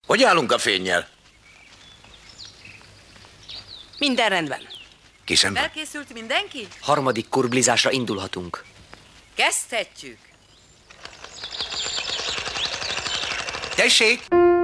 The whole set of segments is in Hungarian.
Hogy állunk a fénnyel? Minden rendben. Készen van? Elkészült mindenki? Harmadik kurblizásra indulhatunk. Kezdhetjük. Tessék!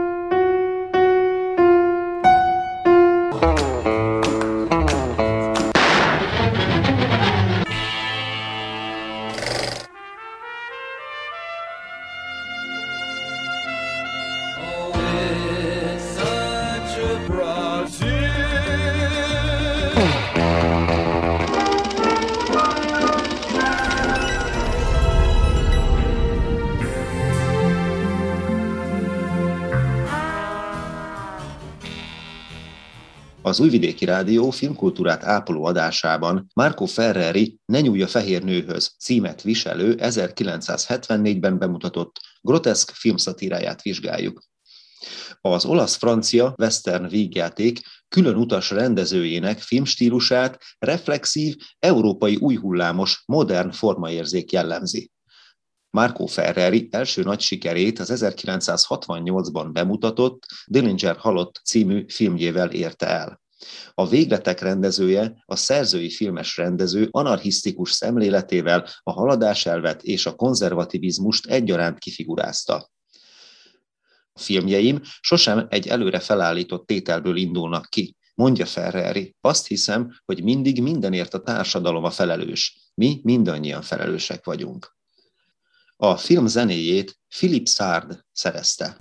Az Újvidéki Rádió filmkultúrát ápoló adásában Marco Ferreri Ne nyúlj a fehér nőhöz címet viselő 1974-ben bemutatott groteszk filmszatíráját vizsgáljuk. Az olasz-francia western vígjáték külön utas rendezőjének filmstílusát reflexív, európai újhullámos, modern formaérzék jellemzi. Marco Ferreri első nagy sikerét az 1968-ban bemutatott Dillinger halott című filmjével érte el. A Végletek rendezője, a szerzői filmes rendező anarchisztikus szemléletével a haladáselvet és a konzervativizmust egyaránt kifigurázta. A filmjeim sosem egy előre felállított tételből indulnak ki, mondja Ferreri. Azt hiszem, hogy mindig mindenért a társadalom a felelős. Mi mindannyian felelősek vagyunk. A film zenéjét Philip Sard szerezte.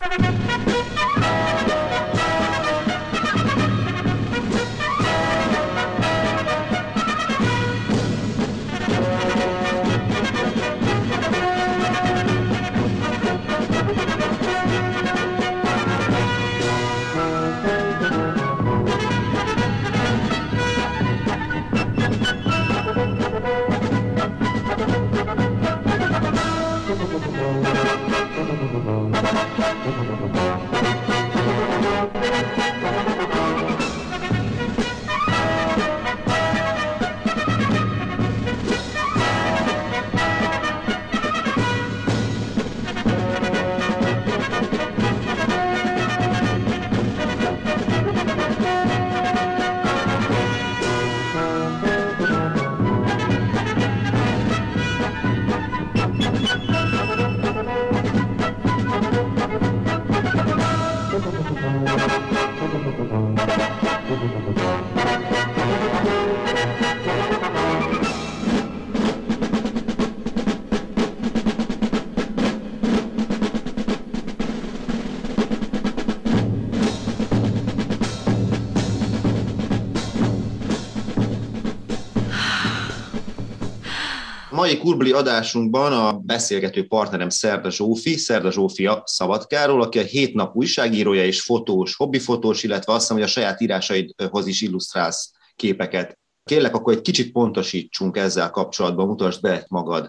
Mai Kurbli adásunkban a beszélgető partnerem Szerda Zsófia Szabadkáról, aki a Hét Nap újságírója és fotós, hobbifotós, illetve azt hiszem, hogy a saját írásaidhoz is illusztrálsz képeket. Kérlek, akkor egy kicsit pontosítsunk ezzel kapcsolatban, mutasd be magad.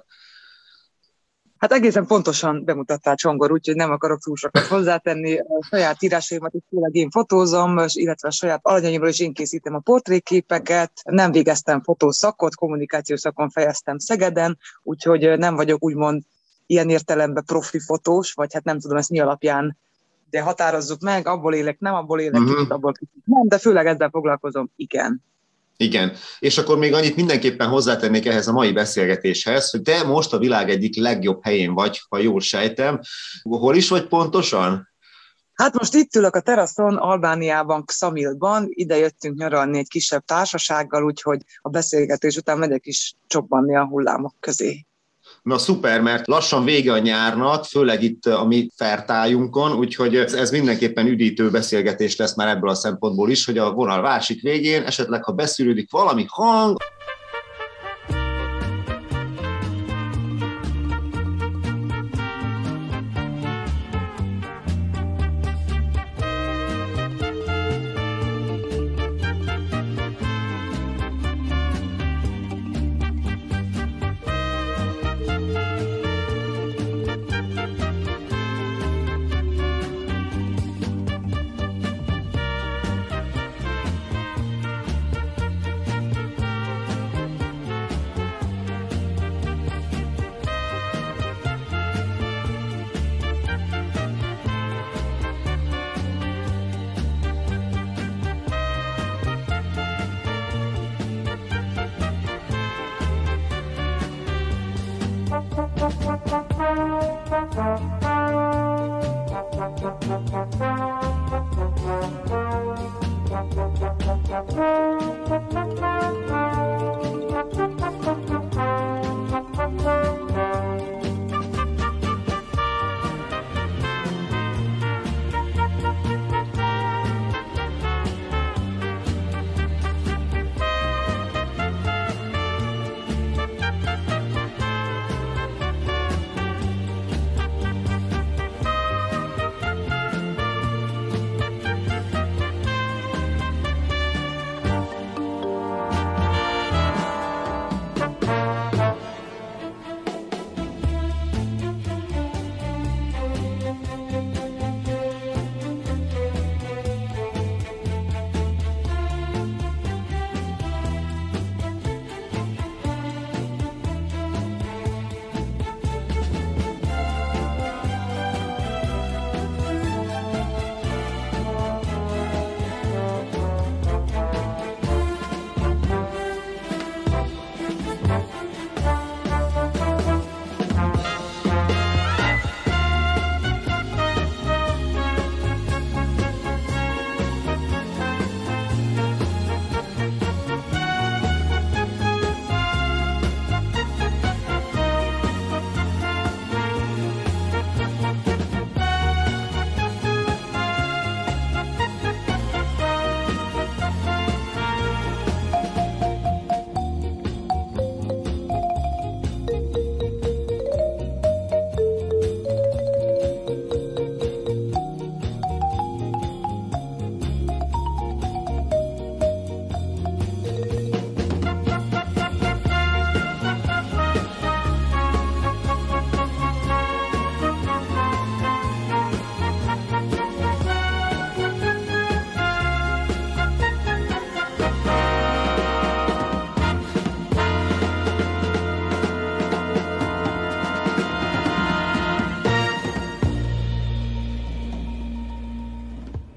Hát egészen pontosan bemutattál, Csongor, úgyhogy nem akarok túl sokat hozzátenni. A saját írásaimat is főleg én fotózom, illetve a saját alanyaimról is én készítem a portréképeket. Nem végeztem fotószakot, kommunikációs szakon fejeztem Szegeden, úgyhogy nem vagyok úgymond ilyen értelemben profi fotós, vagy hát nem tudom ezt mi alapján, de határozzuk meg, abból élek, nem abból élek, kicsit abból kicsit nem, de főleg ezzel foglalkozom, igen. Igen, és akkor még annyit mindenképpen hozzátennék ehhez a mai beszélgetéshez, hogy te most a világ egyik legjobb helyén vagy, ha jól sejtem. Hol is vagy pontosan? Hát most itt ülök a teraszon, Albániában, Xamilban, ide jöttünk nyaralni egy kisebb társasággal, úgyhogy a beszélgetés után megyek is csobbanni a hullámok közé. Na szuper, mert lassan vége a nyárnak, főleg itt a mi fertájunkon, úgyhogy ez mindenképpen üdítő beszélgetés lesz már ebből a szempontból is, hogy a vonal másik végén esetleg, ha beszűrődik valami hang,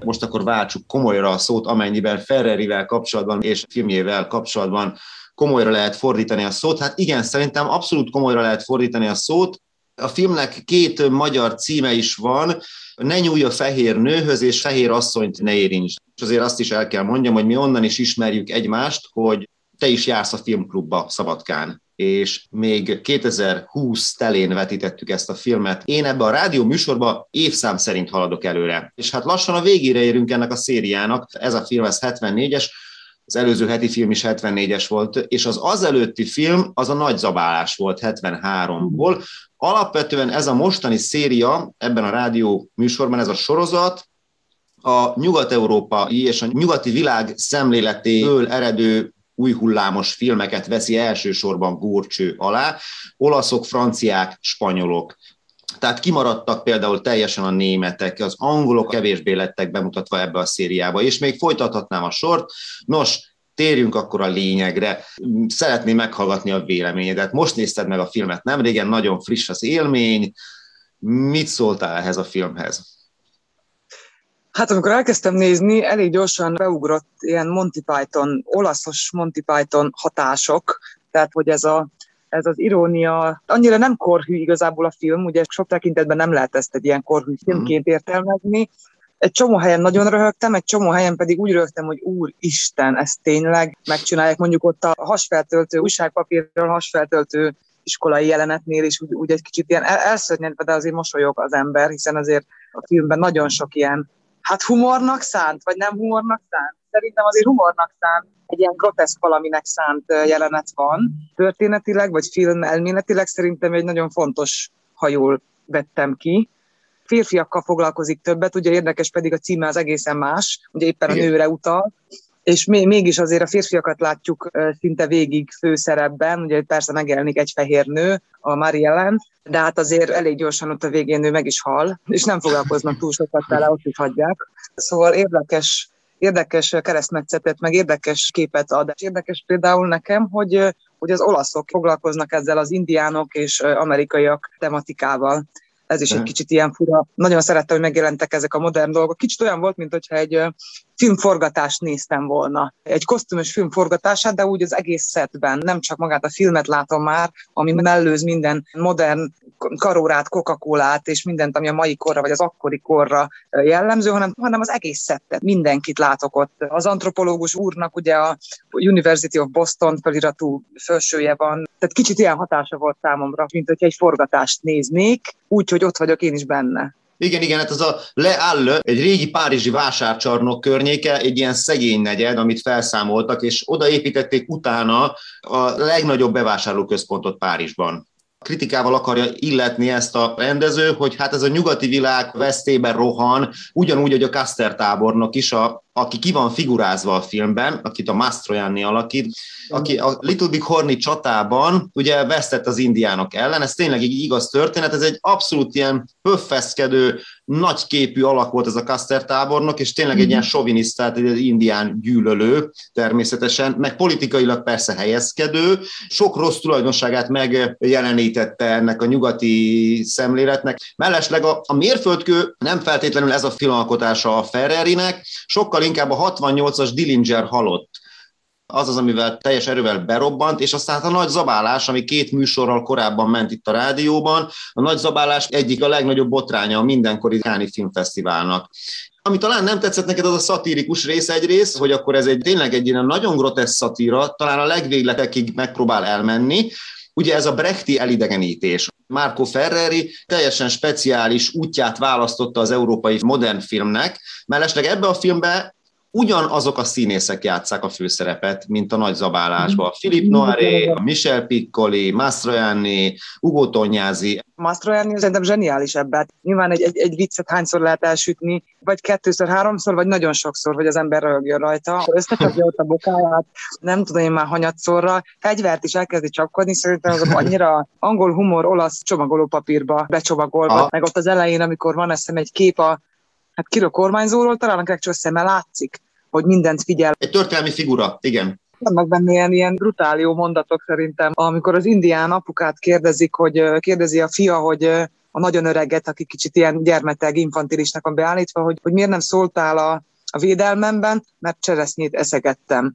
Most akkor váltsuk komolyra a szót, amennyiben Ferrerivel kapcsolatban és filmjével kapcsolatban komolyra lehet fordítani a szót. Hát igen, szerintem abszolút komolyra lehet fordítani a szót. A filmnek 2 magyar címe is van, Ne nyúlj a fehér nőhöz, és Fehér asszonyt ne érints. És azért azt is el kell mondjam, hogy mi onnan is ismerjük egymást, hogy te is jársz a filmklubba Szabadkán, és még 2020 telén vetítettük ezt a filmet. Én ebbe a rádió műsorba évszám szerint haladok előre. És hát lassan a végére érünk ennek a szériának. Ez a film, ez 74-es, az előző heti film is 74-es volt, és az előtti film az a Nagy zabálás volt 73-ból. Alapvetően ez a mostani széria, ebben a rádió műsorban ez a sorozat, a nyugat-európai és a nyugati világ szemléletéből eredő új hullámos filmeket veszi elsősorban górcső alá, olaszok, franciák, spanyolok. Tehát kimaradtak például teljesen a németek, az angolok kevésbé lettek bemutatva ebbe a szériába, és még folytathatnám a sort. Nos, térjünk akkor a lényegre. Szeretném meghallgatni a véleményedet. Most nézted meg a filmet nemrégen, nagyon friss az élmény. Mit szóltál ehhez a filmhez? Hát amikor elkezdtem nézni, elég gyorsan beugrott ilyen Monty Python, olaszos Monty Python hatások, tehát hogy ez az irónia, annyira nem korhű igazából a film, ugye sok tekintetben nem lehet ezt egy ilyen korhű filmként értelmezni. Egy csomó helyen nagyon röhögtem, egy csomó helyen pedig úgy röhögtem, hogy úristen, ezt tényleg megcsinálják, mondjuk ott a hasfeltöltő, újságpapírról hasfeltöltő iskolai jelenetnél is úgy egy kicsit ilyen elszörnyedve, de azért mosolyog az ember, hiszen azért a filmben nagyon sok ilyen, hát humornak szánt, vagy nem humornak szánt? Szerintem azért humornak szánt, egy ilyen groteszk valaminek szánt jelenet van. Történetileg, vagy film elméletileg szerintem egy nagyon fontos, ha jól vettem ki. Férfiakkal foglalkozik többet, ugye érdekes pedig a címe az egészen más, ugye éppen a nőre utal, és mégis azért a férfiakat látjuk szinte végig főszerepben, ugye persze megjelenik egy fehér nő, a Marie-Hélène, de hát azért elég gyorsan ott a végén ő meg is hal, és nem foglalkoznak túl sokat vele, ott is hagyják. Szóval érdekes keresztmetszetet, meg érdekes képet ad. Érdekes például nekem, hogy az olaszok foglalkoznak ezzel az indiánok és amerikaiak tematikával. Ez is egy kicsit ilyen fura. Nagyon szerettem, hogy megjelentek ezek a modern dolgok. Kicsit olyan volt, mint hogyha egy filmforgatást néztem volna. Egy kosztümös filmforgatását, de úgy az egész szetben. Nem csak magát a filmet látom már, ami mellőz minden modern karórát, Coca-Colát és mindent, ami a mai korra vagy az akkori korra jellemző, hanem az egész szettet. Mindenkit látok ott. Az antropológus úrnak ugye a University of Boston feliratú felsője van. Tehát kicsit ilyen hatása volt számomra, mint hogyha egy forgatást néznék, úgyhogy ott vagyok én is benne. Igen, hát ez a Le Halle, egy régi párizsi vásárcsarnok környéke, egy ilyen szegény negyed, amit felszámoltak, és odaépítették utána a legnagyobb bevásárlóközpontot Párizsban. Kritikával akarja illetni ezt a rendező, hogy hát ez a nyugati világ vesztébe rohan, ugyanúgy, hogy a Custer tábornok is, aki ki van figurázva a filmben, akit a Mastroianni alakít, aki a Little Big Horny csatában ugye vesztett az indiánok ellen, ez tényleg egy igaz történet, ez egy abszolút ilyen pöffeszkedő, nagyképű alak volt ez a Custer tábornok, és tényleg egy ilyen sovinisztát, egy indián gyűlölő természetesen, meg politikailag persze helyezkedő, sok rossz tulajdonságát megjelenítette ennek a nyugati szemléletnek. Mellesleg a mérföldkő nem feltétlenül ez a filmalkotása a Ferrerinek, sokkal inkább a 68-as Dillinger halott. Az, amivel teljes erővel berobbant, és aztán a Nagy zabálás, ami 2 műsorral korábban ment itt a rádióban, a Nagy zabálás egyik a legnagyobb botránya a mindenkori Cannes filmfesztiválnak. Ami talán nem tetszett neked, az a szatirikus rész egyrészt, hogy akkor ez tényleg egy ilyen nagyon groteszk szatíra, talán a legvégletekig megpróbál elmenni. Ugye ez a brechti elidegenítés. Marco Ferreri teljesen speciális útját választotta az európai modern filmnek, mellesleg ebbe a filmbe ugyanazok a színészek játsszák a főszerepet, mint a Nagy zabálásban. Philippe Noiret, Michel Piccoli, Mastroianni, Ugo Tognazzi. Mastroianni szerintem zseniális ebben. Nyilván egy viccet hányszor lehet elsütni, vagy 2-ször, 3-szor, vagy nagyon sokszor, hogy az ember röhögjön rajta. Összecsapja ott a bokáját, nem tudom én már hanyatszorra, fegyvert is elkezdi csapkodni, szerintem az annyira angol humor, olasz csomagolópapírba becsomagolva. Meg ott az elején, amikor van eszem egy kép hát kiről kormányzóról, talán akinek csak szeme látszik, hogy mindent figyel. Egy történelmi figura, igen. Vannak benne ilyen brutál jó mondatok szerintem, amikor az indián apukát kérdezi a fia, hogy a nagyon öreget, aki kicsit ilyen gyermeteg, infantilisnak van beállítva, hogy miért nem szóltál a védelmemben, mert cseresznyét eszegettem.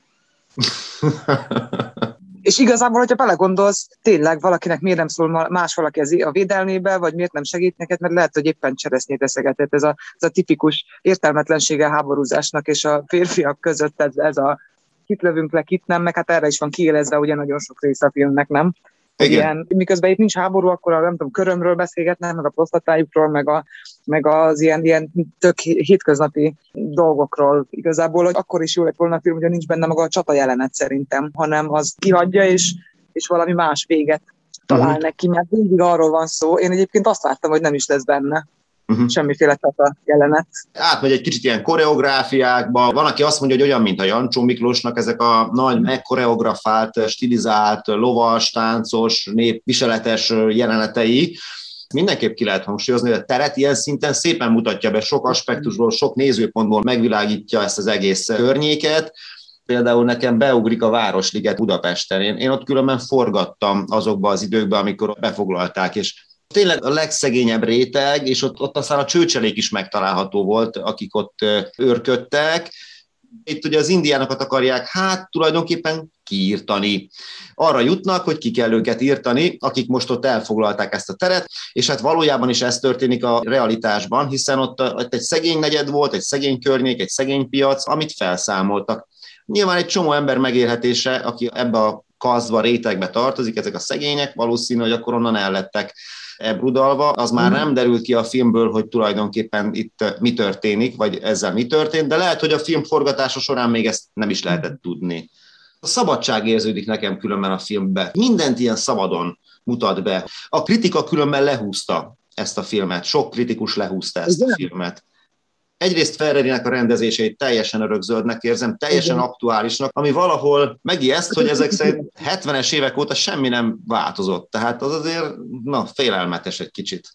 És igazából, hogyha belegondolsz, tényleg valakinek miért nem szól más valaki a védelmébe, vagy miért nem segít neked, mert lehet, hogy éppen cseresznyét eszegetett. Ez a tipikus értelmetlensége háborúzásnak és a férfiak között ez a kit lövünk le, kit nem, meg hát erre is van kiélezve ugye nagyon sok része a filmnek, nem? Ilyen, miközben itt nincs háború, akkor nem tudom, körömről beszélgetnek, meg a prostatájukról, meg az ilyen tök hétköznapi dolgokról. Igazából, hogy akkor is jó lett volna a film, hogy nincs benne maga a csata jelenet szerintem, hanem az kihagyja, és valami más véget talál neki, mert mindig arról van szó. Én egyébként azt vártam, hogy nem is lesz benne. Semmiféle csata jelenet. Átmegy egy kicsit ilyen koreográfiákba. Van, aki azt mondja, hogy olyan, mint a Jancsó Miklósnak ezek a nagy, megkoreografált, stilizált, lovas, táncos, népviseletes jelenetei. Mindenképp ki lehet hangsúlyozni, hogy a teret ilyen szinten szépen mutatja be, sok aspektusból, sok nézőpontból megvilágítja ezt az egész környéket. Például nekem beugrik a Városliget Budapesten. Én ott különben forgattam azokban az időkben, amikor befoglalták, és tényleg a legszegényebb réteg, és ott aztán a csőcselék is megtalálható volt, akik ott őrködtek. Itt ugye az indiánokat akarják, tulajdonképpen kiírtani. Arra jutnak, hogy ki kell őket írtani, akik most ott elfoglalták ezt a teret, és hát valójában is ez történik a realitásban, hiszen ott egy szegény negyed volt, egy szegény környék, egy szegény piac, amit felszámoltak. Nyilván egy csomó ember megélhetése, aki ebbe a kasztba, rétegbe tartozik, ezek a szegények, valószínű, hogy akkor onnan ellettek ebrudalva. Az már nem derült ki a filmből, hogy tulajdonképpen itt mi történik, vagy ezzel mi történt, de lehet, hogy a film forgatása során még ezt nem is lehetett tudni. A szabadság érződik nekem különben a filmben. Mindent ilyen szabadon mutat be. A kritika különben lehúzta ezt a filmet. Sok kritikus lehúzta ezt a filmet. Egyrészt Ferrerinek a rendezését teljesen örökzöldnek érzem, teljesen aktuálisnak, ami valahol megijeszt, hogy ezek szerint 70-es évek óta semmi nem változott. Tehát az azért, félelmetes egy kicsit.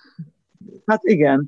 Hát igen.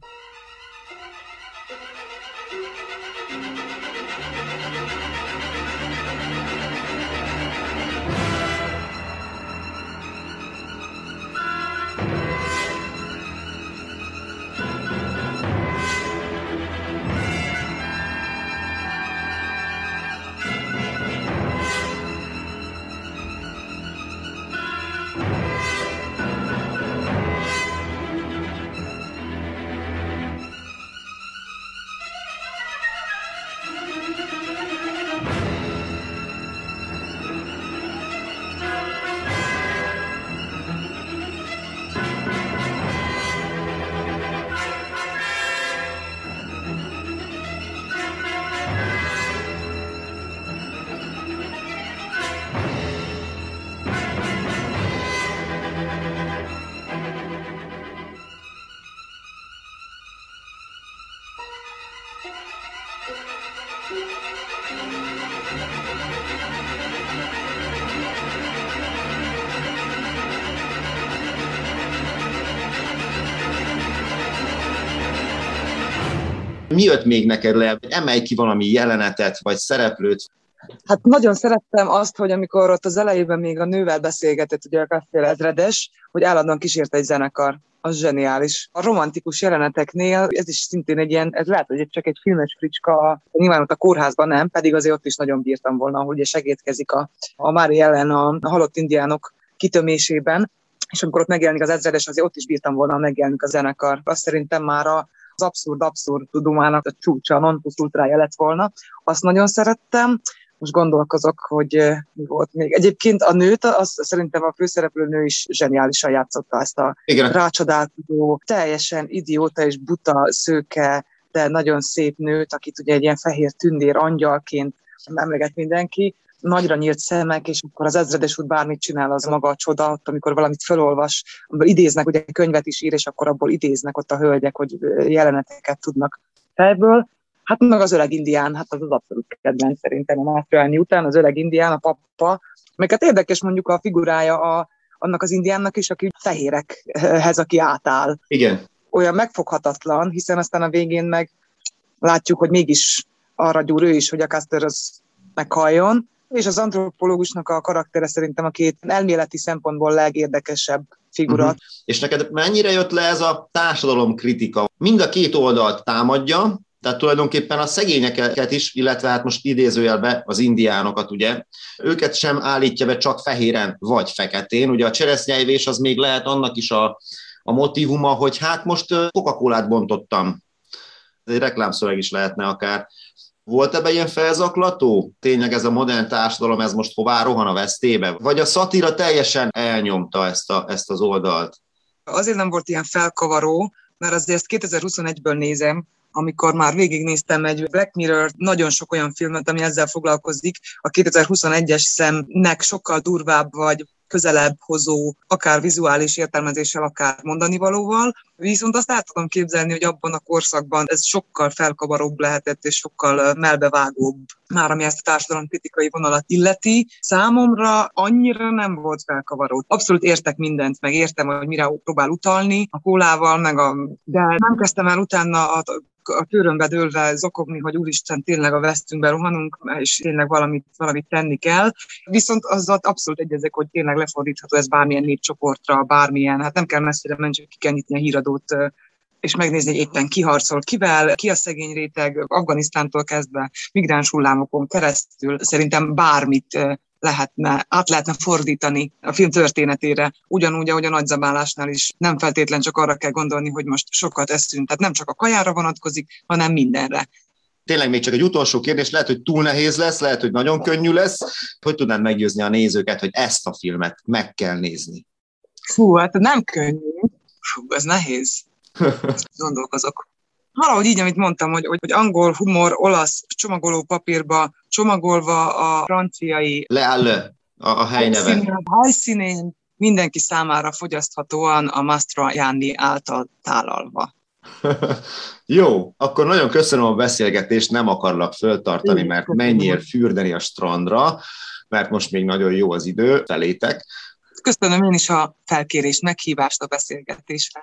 Mi jött még neked le? Emelj ki valami jelenetet, vagy szereplőt? Hát nagyon szerettem azt, hogy amikor ott az elejében még a nővel beszélgetett, ugye a Kastél ezredes, hogy állandóan kísérte egy zenekar. Az zseniális. A romantikus jeleneteknél ez is szintén egy ilyen, ez lehet, hogy csak egy filmes fricska, nyilván ott a kórházban nem, pedig azért ott is nagyon bírtam volna, hogy segítkezik a Mári ellen a halott indiánok kitömésében, és amikor ott megjelenik az ezredes, azért ott is bírtam volna megjelenik a zenekar. Azt szerintem már az abszurd tudomának a csúcsa, a non plus ultrája lett volna. Azt nagyon szerettem. Most gondolkozok, hogy mi volt még. Egyébként a nőt, azt szerintem a főszereplő nő is zseniálisan játszotta ezt a rácsodálkozó, teljesen idióta és buta, szőke, de nagyon szép nőt, akit ugye egy ilyen fehér tündér angyalként emleget mindenki. Nagyra nyílt szemek, és akkor az ezredes út bármit csinál, az maga a csoda, amikor valamit felolvas, abból idéznek, ugye könyvet is ír, és akkor abból idéznek ott a hölgyek, hogy jeleneteket tudnak fejből. Hát meg az öreg indián, hát az abszolút kedvenc szerintem a Mátrálni után, az öreg indián, a papa. Meg hát érdekes mondjuk a figurája annak az indiánnak is, aki fehérekhez, aki átáll. Igen. Olyan megfoghatatlan, hiszen aztán a végén meg látjuk, hogy mégis arra gyúr ő is, hogy a Custer az meghalljon. És az antropológusnak a karaktere szerintem a két elméleti szempontból legérdekesebb figura. És neked mennyire jött le ez a társadalomkritika? Mind a két oldalt támadja, tehát tulajdonképpen a szegényeket is, illetve hát most idézőjelbe az indiánokat, ugye, őket sem állítja be csak fehéren vagy feketén. Ugye a cseresznyejvés az még lehet annak is a motívuma, hogy hát most Coca-Colát bontottam. Ez egy reklámszöveg is lehetne akár. Volt ebben ilyen felzaklató? Tényleg ez a modern társadalom, ez most hová rohan a vesztébe? Vagy a szatíra teljesen elnyomta ezt az oldalt? Azért nem volt ilyen felkavaró, mert azért ezt 2021-ből nézem, amikor már végignéztem egy Black Mirror, nagyon sok olyan filmet, ami ezzel foglalkozik, a 2021-es szemnek sokkal durvább vagy közelebb hozó, akár vizuális értelmezéssel, akár mondanivalóval. Viszont azt át tudom képzelni, hogy abban a korszakban ez sokkal felkavaróbb lehetett, és sokkal melbevágóbb, már ami ezt a társadalomkritikai vonalat illeti. Számomra annyira nem volt felkavaró. Abszolút értek mindent, meg értem, hogy mire próbál utalni a kólával, de nem kezdtem el utána a tőrömbe dőlve zokogni, hogy úristen, tényleg a vesztünkbe rohanunk, és tényleg valamit tenni kell. Viszont azzal abszolút egyezek, hogy tényleg lefordítható ez bármilyen népcsoportra, bármilyen, hát nem kell messzire menni, csak ki kell nyitni a híradót, és megnézni, hogy éppen ki harcol kivel, ki a szegény réteg, Afganisztántól kezdve migráns hullámokon keresztül. Szerintem bármit át lehetne fordítani a film történetére, ugyanúgy, ahogy a nagyzabálásnál is nem feltétlen csak arra kell gondolni, hogy most sokat eszünk, tehát nem csak a kajára vonatkozik, hanem mindenre. Tényleg még csak egy utolsó kérdés, lehet, hogy túl nehéz lesz, lehet, hogy nagyon könnyű lesz. Hogy tudnád meggyőzni a nézőket, hogy ezt a filmet meg kell nézni? Fú, hát nem könnyű. Fú, ez nehéz. Gondolkozok. Valahogy így, amit mondtam, hogy angol humor, olasz csomagoló papírba csomagolva a franciai a helyneve. Helyszínén mindenki számára fogyaszthatóan a Mastroianni által tálalva. Jó, akkor nagyon köszönöm a beszélgetést, nem akarlak föltartani, mert menjél fürdeni a strandra, mert most még nagyon jó az idő felétek. Köszönöm én is a felkérést, meghívást a beszélgetésre.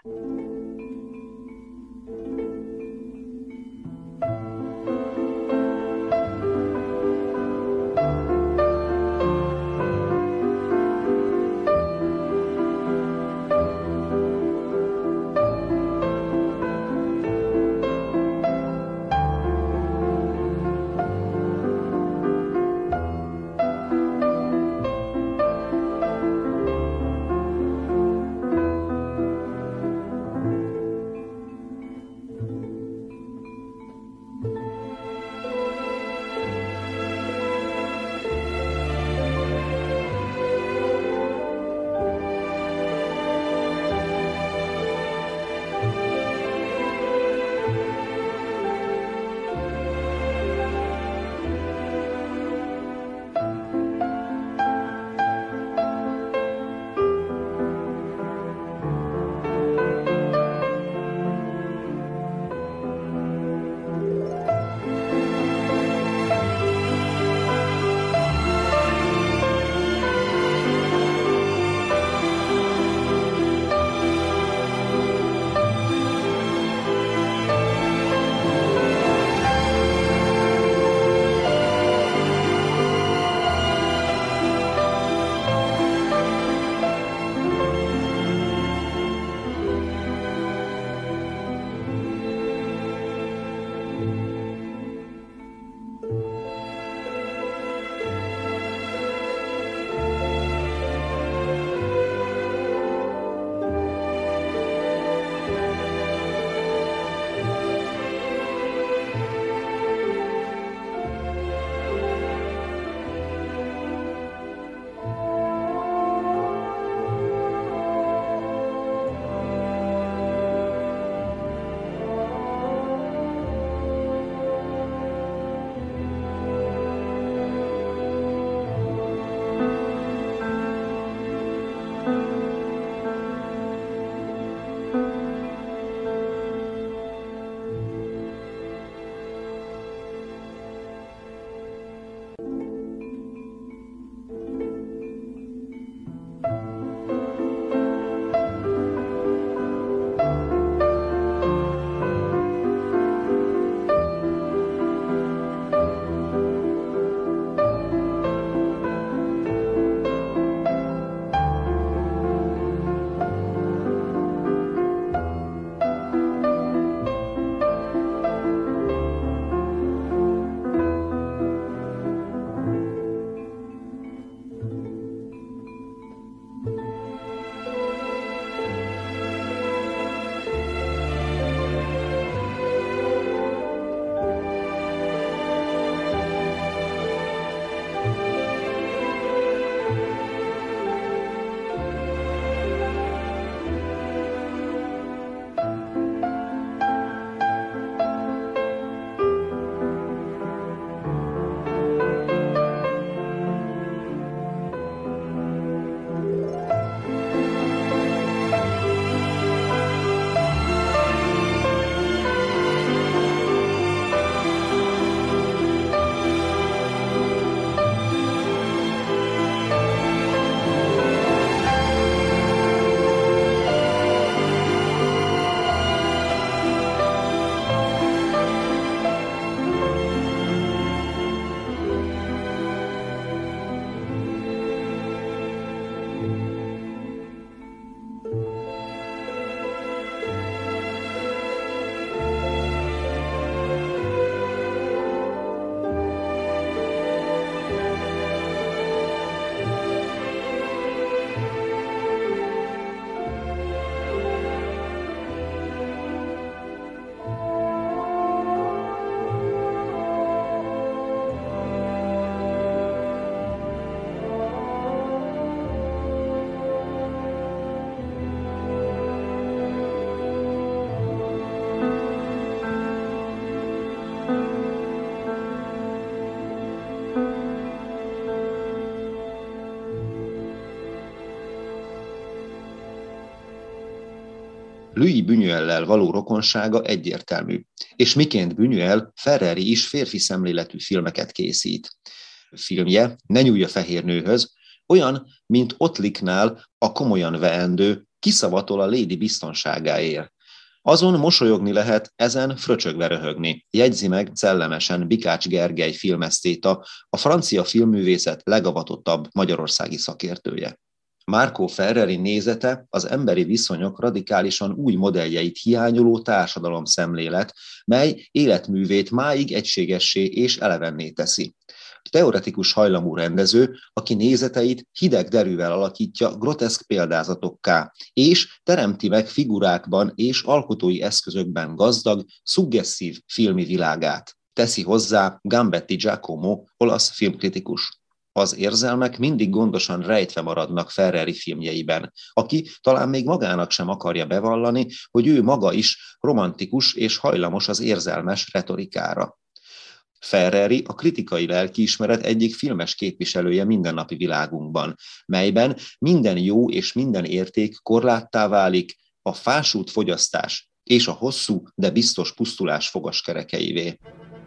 Louis Buñuellel való rokonsága egyértelmű, és miként Buñuel, Ferreri is férfi szemléletű filmeket készít. Filmje, Ne nyúlj a fehér nőhöz, olyan, mint Ottliknál a komolyan veendő, kiszavatol a lady biztonságáért. Azon mosolyogni lehet, ezen fröcsögve röhögni, jegyzi meg szellemesen Bikács Gergely filmesztéta, a francia filmművészet legavatottabb magyarországi szakértője. Marco Ferreri nézete az emberi viszonyok radikálisan új modelljeit hiányoló társadalomszemlélet, mely életművét máig egységessé és elevenné teszi. Teoretikus hajlamú rendező, aki nézeteit hideg derűvel alakítja groteszk példázatokká, és teremti meg figurákban és alkotói eszközökben gazdag, szuggesszív filmi világát. Teszi hozzá Gambetti Giacomo, olasz filmkritikus. Az érzelmek mindig gondosan rejtve maradnak Ferreri filmjeiben, aki talán még magának sem akarja bevallani, hogy ő maga is romantikus és hajlamos az érzelmes retorikára. Ferreri a kritikai lelkiismeret egyik filmes képviselője mindennapi világunkban, melyben minden jó és minden érték korláttá válik, a fásult fogyasztás és a hosszú, de biztos pusztulás fogaskerekeivé.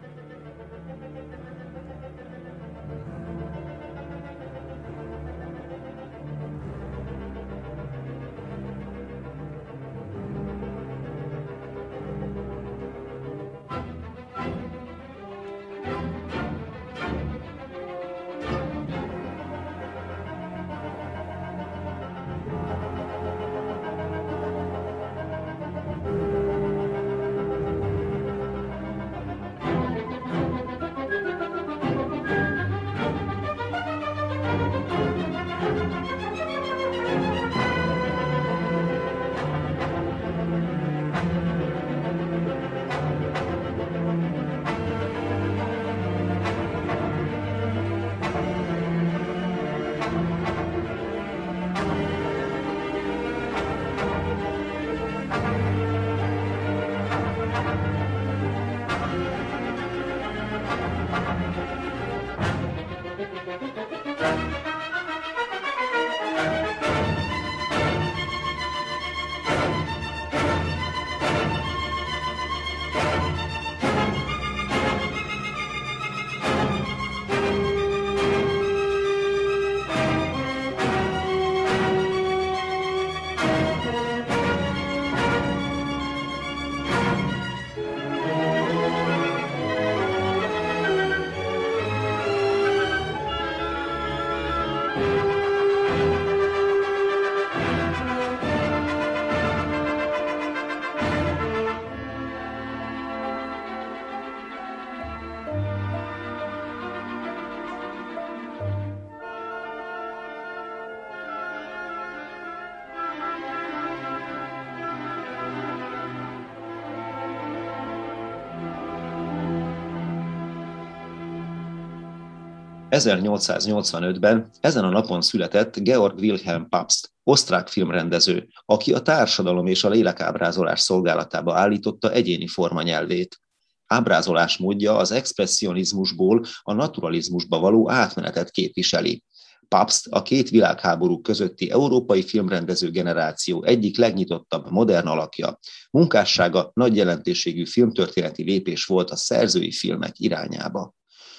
...1885-ben ezen a napon született Georg Wilhelm Pabst, osztrák filmrendező, aki a társadalom és a lélekábrázolás szolgálatába állította egyéni formanyelvét. Ábrázolás módja az expresszionizmusból a naturalizmusba való átmenetet képviseli. Pabst a két világháború közötti európai filmrendező generáció egyik legnyitottabb modern alakja. Munkássága nagy jelentőségű filmtörténeti lépés volt a szerzői filmek irányába.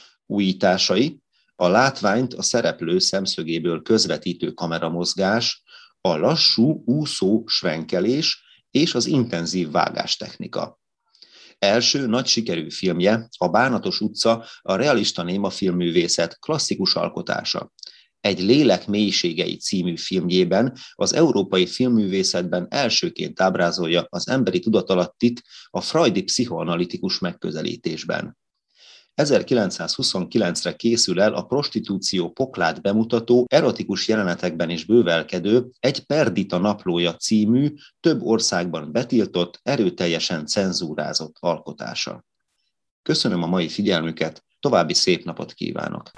Újításai: a látványt a szereplő szemszögéből közvetítő kameramozgás, a lassú, úszó svenkelés és az intenzív vágástechnika. Első nagy sikerű filmje, a Bánatos utca, a realista némafilmművészet klasszikus alkotása. Egy lélek mélységei című filmjében az európai filmművészetben elsőként ábrázolja az emberi tudatalattit a freudi pszichoanalitikus megközelítésben. 1929-re készül el a prostitúció poklát bemutató, erotikus jelenetekben is bővelkedő Egy Perdita naplója című, több országban betiltott, erőteljesen cenzúrázott alkotása. Köszönöm a mai figyelmüket, további szép napot kívánok!